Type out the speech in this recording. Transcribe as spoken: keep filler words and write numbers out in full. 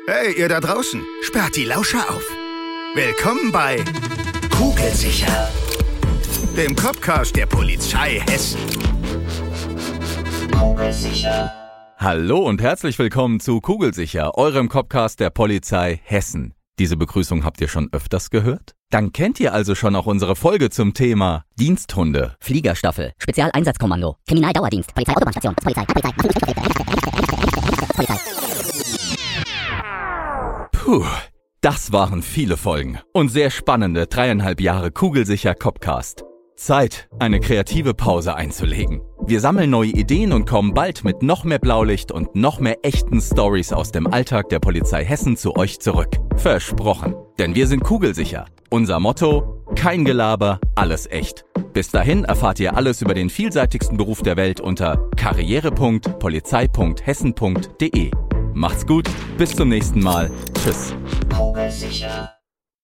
Hey, ihr da draußen, sperrt die Lauscher auf. Willkommen bei Kugelsicher, dem Copcast der Polizei Hessen. Kugelsicher. Hallo und herzlich willkommen zu Kugelsicher, eurem Copcast der Polizei Hessen. Diese Begrüßung habt ihr schon öfters gehört? Dann kennt ihr also schon auch unsere Folge zum Thema Diensthunde. Fliegerstaffel, Spezialeinsatzkommando, Kriminaldauerdienst, Polizei, Autobahnstation, Polizei, Polizei, Polizei. Puh, das waren viele Folgen und sehr spannende dreieinhalb Jahre Kugelsicher Copcast. Zeit, eine kreative Pause einzulegen. Wir sammeln neue Ideen und kommen bald mit noch mehr Blaulicht und noch mehr echten Stories aus dem Alltag der Polizei Hessen zu euch zurück. Versprochen. Denn wir sind kugelsicher. Unser Motto: kein Gelaber, alles echt. Bis dahin erfahrt ihr alles über den vielseitigsten Beruf der Welt unter karriere punkt polizei punkt hessen punkt de. Macht's gut, bis zum nächsten Mal. Tschüss. Kugelsicher.